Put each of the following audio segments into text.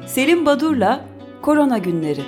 Selim Badur'la Korona Günleri.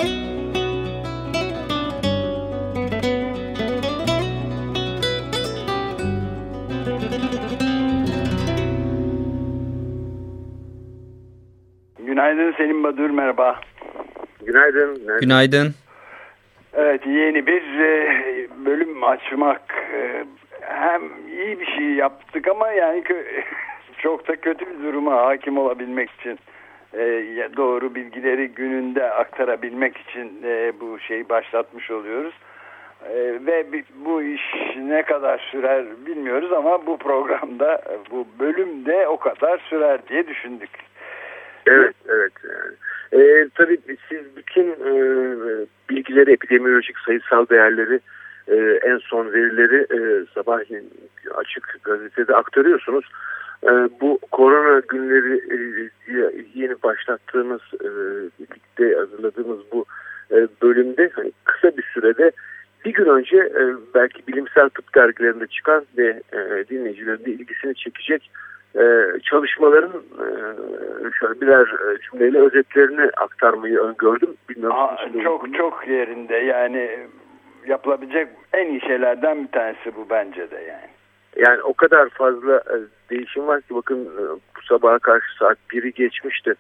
Günaydın Selim Badur, merhaba. Günaydın. Günaydın. Evet, yeni bir bölüm açmak hem iyi bir şey yaptık ama yani çok da kötü bir duruma hakim olabilmek için doğru bilgileri gününde aktarabilmek için bu şeyi başlatmış oluyoruz. Ve bu iş ne kadar sürer bilmiyoruz ama bu programda, bu bölümde o kadar sürer diye düşündük. Evet. Yani. Tabii siz bütün bilgileri, epidemiolojik sayısal değerleri, en son verileri sabahleyin açık gazetede aktarıyorsunuz. Bu korona günleri yeni başlattığımız, birlikte hazırladığımız bu bölümde hani kısa bir sürede bir gün önce belki bilimsel tıp dergilerinde çıkan ve dinleyicilerin de ilgisini çekecek çalışmaların şöyle birer cümleyle özetlerini aktarmayı öngördüm. Bilmiyorum, çok yerinde, yani yapılabilecek en iyi şeylerden bir tanesi bu bence de yani. Yani o kadar fazla değişim var ki bakın bu sabaha karşı saat 1'i geçmişti.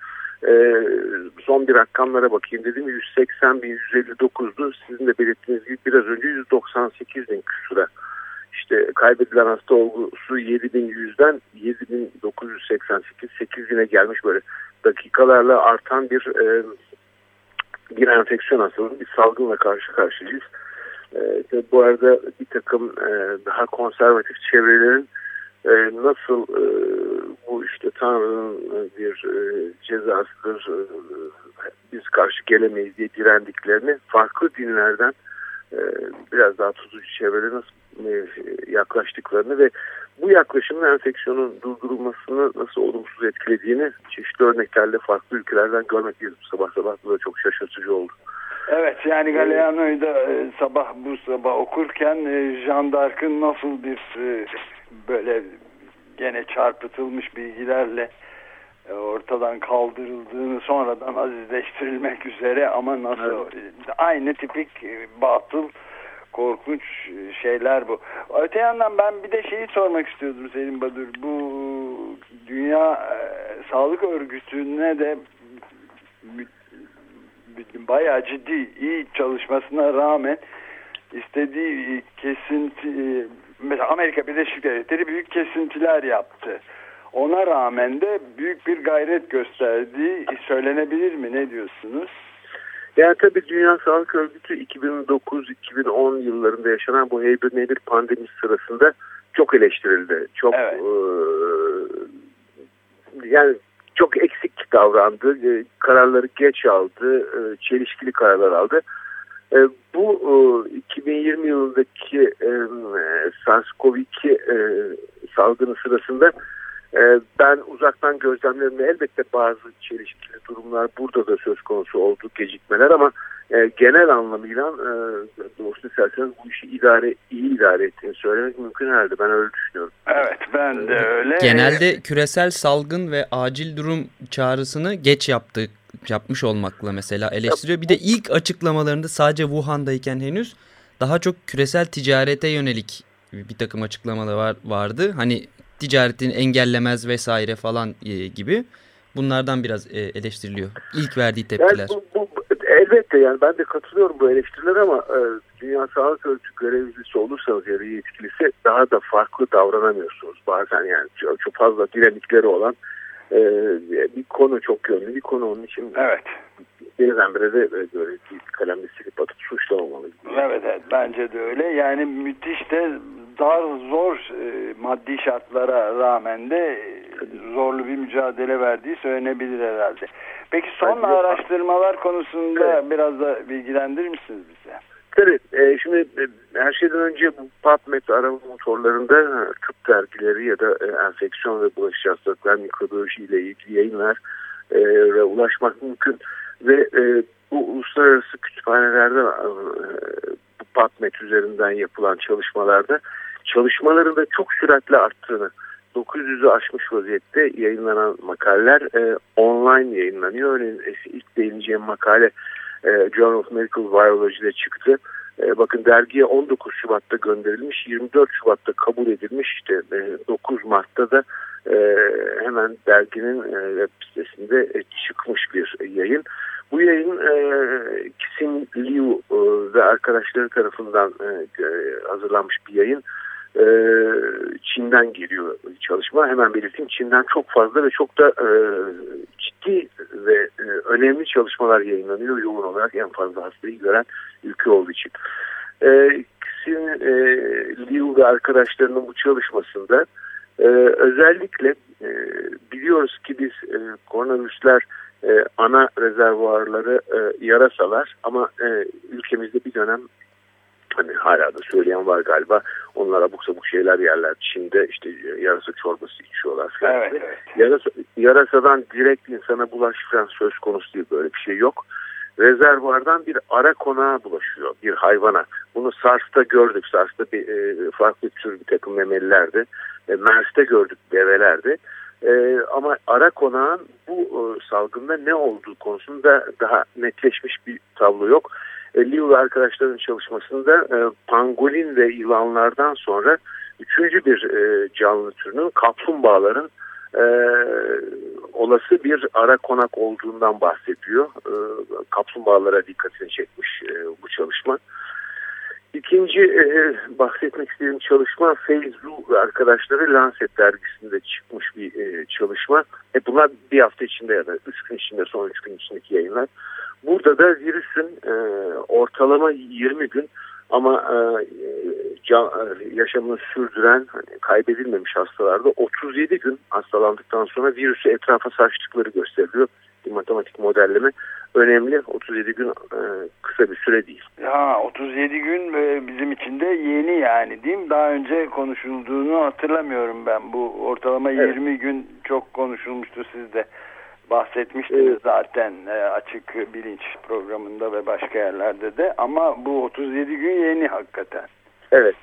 Son bir rakamlara bakayım dedim, 180.159'du. Sizin de belirttiğiniz gibi biraz önce 198.000 küsura. İşte kaybedilen hasta olgusu 7.100'den 7.988, 8.000'e gelmiş, böyle dakikalarla artan bir enfeksiyon hastalığı, bir salgınla karşı karşıyayız. Bu arada bir takım daha konservatif çevrelerin nasıl bu işte Tanrı'nın bir cezasıdır, biz karşı gelemeyiz diye direndiklerini, farklı dinlerden biraz daha tutucu çevrelere nasıl yaklaştıklarını ve bu yaklaşımın enfeksiyonun durdurulmasını nasıl olumsuz etkilediğini çeşitli örneklerle farklı ülkelerden görmekteyiz bu sabah. Bu da çok şaşırtıcı oldu. Evet, yani Galeano'yu da bu sabah okurken Jeanne d'Arc'ın nasıl bir böyle gene çarpıtılmış bilgilerle ortadan kaldırıldığını, sonradan azizleştirilmek üzere ama nasıl aynı tipik batıl, korkunç şeyler bu. Öte yandan ben bir de şeyi sormak istiyordum Selim Badur. Bu Dünya Sağlık Örgütü'ne de bayağı ciddi, iyi çalışmasına rağmen istediği kesinti, mesela Amerika Birleşik Devletleri büyük kesintiler yaptı. Ona rağmen de büyük bir gayret gösterdiği söylenebilir mi? Ne diyorsunuz? Yani tabii Dünya Sağlık Örgütü 2009-2010 yıllarında yaşanan bu H1N1 pandemisi sırasında çok eleştirildi. Çok evet. Yani çok eksik davrandı, kararları geç aldı, çelişkili kararlar aldı. Bu 2020 yılındaki SARS-CoV-2 salgını sırasında ben uzaktan gözlemlerimle elbette bazı çelişkili durumlar burada da söz konusu oldu, gecikmeler, ama genel anlamıyla doğrusu isterseniz bu işi iyi idare ettiğini söylemek mümkün herhalde. Ben öyle düşünüyorum. Evet, ben de öyle. Genelde küresel salgın ve acil durum çağrısını geç yapmış olmakla mesela eleştiriyor. Bir de ilk açıklamalarında sadece Wuhan'dayken henüz daha çok küresel ticarete yönelik bir takım açıklamalar vardı. Hani ticaretini engellemez vesaire falan gibi. Bunlardan biraz eleştiriliyor. İlk verdiği tepkiler. Yani elbette, yani ben de katılıyorum bu eleştirilere ama Dünya Sağlık Örgütü görevlisi olursanız ya da yetkilisi daha da farklı davranamıyorsunuz. Bazen yani çok fazla dinamikleri olan bir konu, çok yönlü bir konu, onun için evet. Birdenbire de böyle bir kalemle silip atıp suçlamamalıyız. Evet, bence de öyle. Yani müthiş de zor maddi şartlara rağmen de zorlu bir mücadele verdiği söylenebilir herhalde. Peki son araştırmalar konusunda biraz da bilgilendirir misiniz bize? Tabii. Şimdi her şeyden önce bu PubMed arama motorlarında tıp dergileri ya da enfeksiyon ve bulaşıcı hastalıklar, mikrobiyoloji ile ilgili yayınlar ulaşmak mümkün. Ve bu uluslararası kütüphanelerde bu PubMed üzerinden yapılan çalışmalarda çalışmaların da çok süratle arttığını 900'ü aşmış vaziyette yayınlanan makaleler online yayınlanıyor. Örneğin ilk değineceğim makale Journal of Medical Virology'de çıktı. Bakın dergiye 19 Şubat'ta gönderilmiş, 24 Şubat'ta kabul edilmiş, işte 9 Mart'ta da hemen derginin web sitesinde çıkmış bir yayın. Bu yayın Xin Liu ve arkadaşları tarafından hazırlanmış bir yayın. Çin'den geliyor çalışma. Hemen belirteyim, Çin'den çok fazla ve çok da ciddi ve önemli çalışmalar yayınlanıyor. Yoğun olarak en fazla hastayı gören ülke olduğu için. Xin Liu ve arkadaşlarının bu çalışmasında özellikle biliyoruz ki biz koronavirüsler ana rezervuarları yarasalar ama ülkemizde bir dönem, hani hala da söyleyen var galiba, onlar abuk sabuk şeyler yerler. Çin'de işte yarasa çorbası içiyorlar falan. Evet, evet. Yarasadan direkt insana bulaşan söz konusu değil, böyle bir şey yok. Rezervuardan bir ara konağa bulaşıyor, bir hayvana. Bunu SARS'ta gördük. SARS'ta farklı tür bir takım memelilerdi. MERS'te gördük, develerde. Ama ara konağın bu salgında ne olduğu konusunda daha netleşmiş bir tablo yok. Liu ve arkadaşların çalışmasında pangolin ve yılanlardan sonra üçüncü bir canlı türünün, kaplumbağaların olası bir ara konak olduğundan bahsediyor. Kaplumbağalara dikkatini çekmiş bu çalışma. İkinci bahsetmek istediğim çalışma Fei Zhu ve arkadaşları Lancet dergisinde çıkmış bir çalışma. Bunlar bir hafta içinde ya da 3 gün içinde, son 3 gün içindeki yayınlar. Burada da virüsün ortalama 20 gün ama yaşamını sürdüren, hani kaybedilmemiş hastalarda 37 gün hastalandıktan sonra virüsü etrafa saçtıkları gösteriliyor. Bir matematik modelleme önemli. 37 gün kısa bir süre değil. Ya 37 gün bizim için de yeni, yani değil mi? Daha önce konuşulduğunu hatırlamıyorum ben. Bu ortalama 20 gün çok konuşulmuştu, siz de bahsetmiştiniz zaten Açık Bilinç programında ve başka yerlerde de, ama bu 37 gün yeni hakikaten. Evet.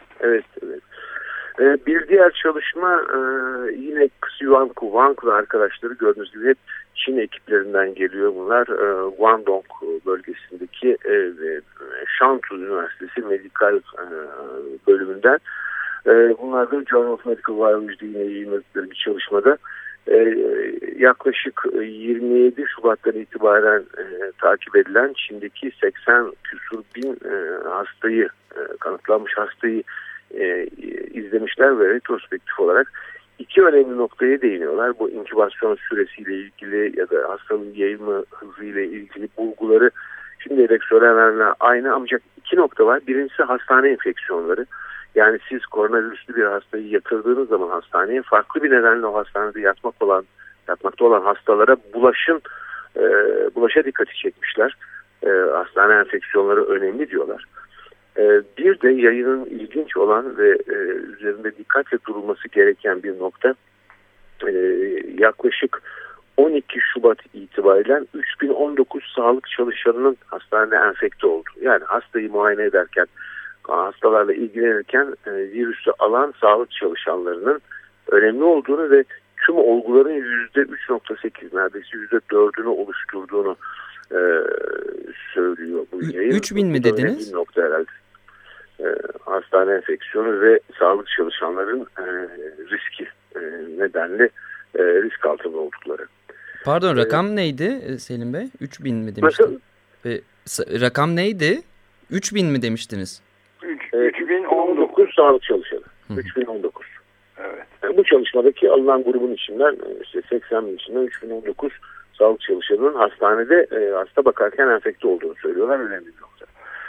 Bir diğer çalışma yine Xiyuan Wang ve arkadaşları, gördüğünüz gibi hep Çin ekiplerinden geliyor bunlar. Guangdong bölgesindeki Shantou Üniversitesi Medikal bölümünden. Bunlar da Journal of Medical Virology'de yine yayınladıkları bir çalışmada yaklaşık 27 Şubat'tan itibaren takip edilen Çin'deki 80 küsur bin hastayı, kanıtlanmış hastayı izlemişler ve retrospektif olarak iki önemli noktaya değiniyorlar. Bu inkübasyon süresiyle ilgili ya da hastalığın yayılma hızıyla ilgili bulguları şimdiye dek söylenenlerle aynı, ancak iki nokta var. Birincisi hastane enfeksiyonları. Yani siz koronavirüslü bir hastayı yatırdığınız zaman hastaneye, farklı bir nedenle o hastanede yatmakta olan hastalara bulaşa dikkati çekmişler. Hastane enfeksiyonları önemli diyorlar. Bir de yayının ilginç olan ve üzerinde dikkatle durulması gereken bir nokta, yaklaşık 12 Şubat itibariyle 3019 sağlık çalışanının hastanede enfekte oldu. Yani hastayı muayene ederken, hastalarla ilgilenirken virüsü alan sağlık çalışanlarının önemli olduğunu ve tüm olguların %3.8, neredeyse %4'ünü oluşturduğunu söylüyor bu yayın. 3000 mi dediniz? Bir nokta herhalde. Hastane enfeksiyonu ve sağlık çalışanların riski nedenle risk altında oldukları. Pardon, rakam neydi Selim Bey? 3000 mi demiştiniz? Rakam neydi? 3000 mi demiştiniz? 3019 sağlık çalışanı. 3019. Evet. Bu çalışmadaki alınan grubun içinden işte 80 bin içinden 3019 sağlık çalışanının hastanede hasta bakarken enfekte olduğunu söylüyorlar. Önemli bir nokta.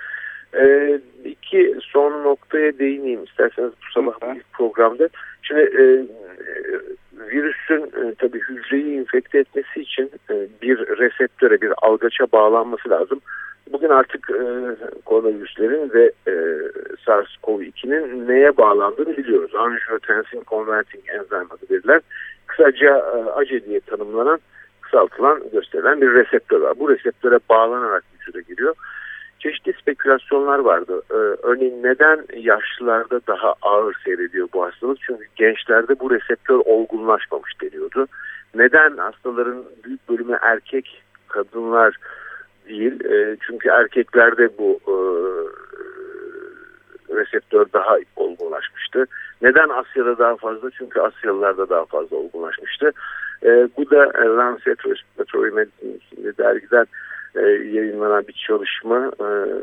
İki son noktaya değineyim isterseniz bu sabah ilk programda. Şimdi virüsün tabii hücreyi infekte etmesi için bir reseptöre, bir algaça bağlanması lazım. Bugün artık koronavirüslerin ve SARS-CoV-2'nin neye bağlandığını biliyoruz. Angiotensin Converting Enzyme adı verilen, kısaca ACE diye tanımlanan, kısaltılan, gösterilen bir reseptör var. Bu reseptöre bağlanarak vücuda giriyor. çeşitli spekülasyonlar vardı. Örneğin neden yaşlılarda daha ağır seyrediyor bu hastalık? Çünkü gençlerde bu reseptör olgunlaşmamış deniyordu. Neden hastaların büyük bölümü erkek, kadınlar değil? Çünkü erkeklerde bu reseptör daha olgunlaşmıştı. Neden Asya'da daha fazla? Çünkü Asyalılarda daha fazla olgunlaşmıştı. Bu da Lancet Respiratory Medicine isimli dergiden yayınlanan bir çalışma.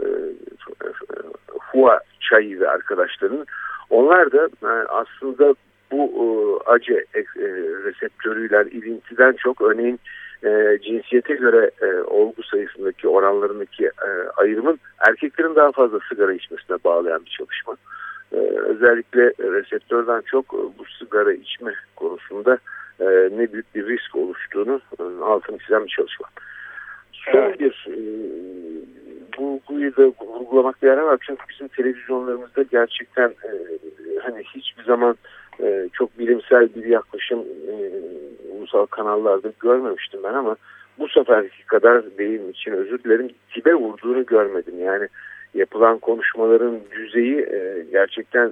Hua Chai ve arkadaşlarının. Onlar da aslında bu ACE reseptörüyle ilintiden çok örneğin cinsiyete göre olgu sayısındaki oranlarındaki ayrımın erkeklerin daha fazla sigara içmesine bağlayan bir çalışma. Özellikle reseptörden çok bu sigara içme konusunda ne büyük bir risk oluştuğunu altını çizen bir çalışma. Son bir bulguyu da vurgulamakta yarar var. Çünkü bizim televizyonlarımızda gerçekten hani hiçbir zaman çok bilimsel bir yaklaşım ulusal kanallarda görmemiştim ben ama bu seferki kadar benim için özür dilerim dibe vurduğunu görmedim. Yani yapılan konuşmaların düzeyi gerçekten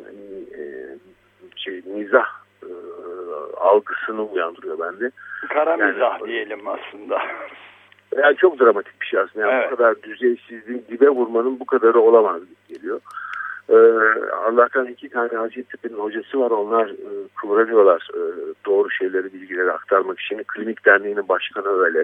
mizah algısını uyandırıyor bende. Kara mizah diyelim aslında. Yani çok dramatik bir şey aslında. Yani bu kadar düzeysizliğin dibe vurmanın bu kadarı olamaz geliyor. Allah'tan 2 tane Hacettepe'nin hocası var. Onlar kıvranıyorlar doğru şeyleri, bilgileri aktarmak için. Klinik Derneği'nin başkanı öyle.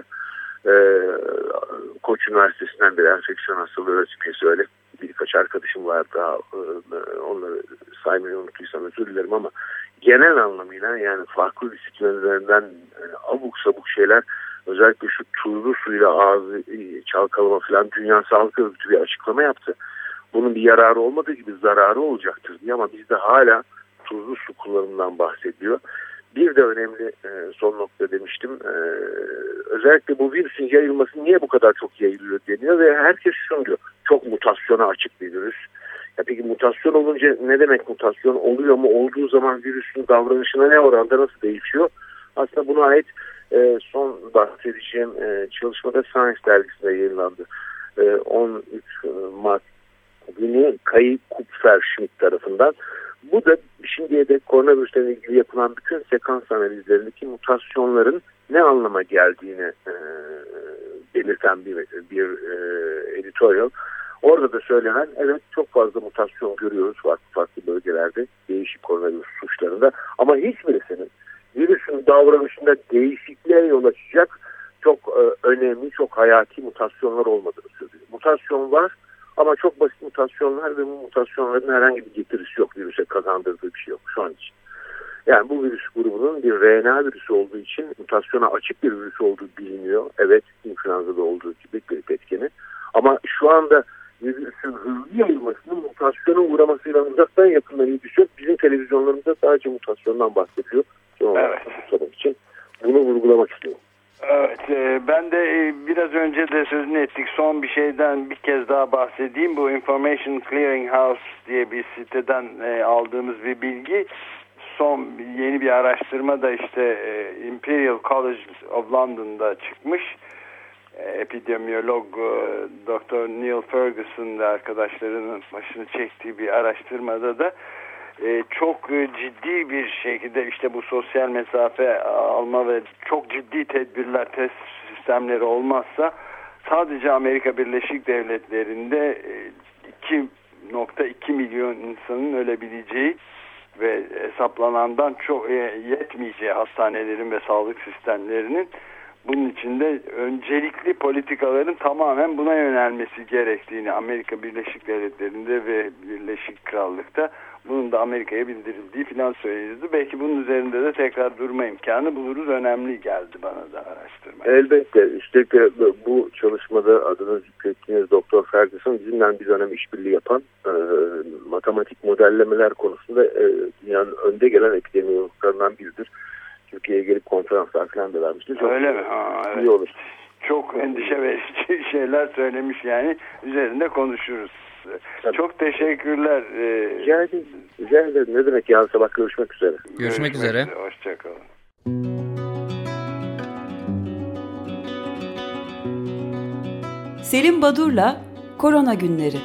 Koç Üniversitesi'nden bir enfeksiyon hastalığı öğretim üyesi öyle. Birkaç arkadaşım var daha. Onları saymayı unuttuysam özür dilerim ama genel anlamıyla yani farklı disiplinlerinden abuk sabuk şeyler, özellikle şu tuzlu suyla ağzı çalkalama falan Dünya Sağlık Örgütü bir açıklama yaptı. Bunun bir yararı olmadığı gibi zararı olacaktır diye ama bizde hala tuzlu su kullanımından bahsediyor. Bir de önemli son nokta demiştim. Özellikle bu virüsün yayılması niye bu kadar çok yayılıyor deniyor ve herkes şunu diyor. Çok mutasyona açık bir virüs. Ya peki mutasyon olunca ne demek mutasyon? Oluyor mu? Olduğu zaman virüsün davranışına ne oranda nasıl değişiyor? Aslında buna ait son bahsedeceğim çalışmada Science dergisinde yayınlandı. 13 Mart günü Kai Kupfer-Schmidt tarafından. Bu da şimdiye dek koronavirüsle ilgili yapılan bütün sekans analizlerindeki mutasyonların ne anlama geldiğini belirten bir editorial. Orada da söylenen evet çok fazla mutasyon görüyoruz farklı bölgelerde değişik koronavirüs suçlarında ama hiçbirisinin virüsün davranışında değişikliğe yol açacak çok önemli, çok hayati mutasyonlar olmadığını söylüyor. Mutasyon var ama çok basit mutasyonlar ve bu mutasyonların herhangi bir getirisi yok. Virüse kazandırdığı bir şey yok şu an için. Yani bu virüs grubunun bir RNA virüsü olduğu için mutasyona açık bir virüs olduğu biliniyor. Evet, influenza'da olduğu gibi grip etkeni. Ama şu anda virüsün hızlı yayılmasının mutasyona uğramasıyla uzaktan yakından ilgisi yok. Bizim televizyonlarımızda sadece mutasyondan bahsediyor. Evet. Için bunu vurgulamak istiyorum. Evet, ben de biraz önce de sözünü ettik. Son bir şeyden bir kez daha bahsedeyim. Bu Information Clearing House diye bir siteden aldığımız bir bilgi. Son yeni bir araştırma da işte Imperial College of London'da çıkmış. Epidemiyolog Dr. Neil Ferguson ve arkadaşlarının başını çektiği bir araştırmada da çok ciddi bir şekilde işte bu sosyal mesafe alma ve çok ciddi tedbirler, test sistemleri olmazsa sadece Amerika Birleşik Devletleri'nde 2.2 milyon insanın ölebileceği ve hesaplanandan çok yetmeyeceği hastanelerin ve sağlık sistemlerinin, bunun için de öncelikli politikaların tamamen buna yönelmesi gerektiğini Amerika Birleşik Devletleri'nde ve Birleşik Krallık'ta bunun da Amerika'ya bildirildiği filan söyledi. Belki bunun üzerinde de tekrar durma imkanı buluruz. Önemli geldi bana da araştırma. Elbette. Üstelik bu çalışmada adını zikrettiğiniz Dr. Ferguson bizimle bir dönem işbirliği yapan matematik modellemeler konusunda dünyanın önde gelen epidemiyologlarından biridir. Türkiye'ye gelip konferanslar falan da vermiştir. Öyle mi? Evet. İyi olur. Çok endişe verici şeyler söylemiş yani. Üzerinde konuşuruz. Tabii. Çok teşekkürler. Rica ederim. Ne demek, yarın sabah görüşmek üzere. Görüşmek üzere. Hoşçakalın. Selim Badur'la Korona Günleri.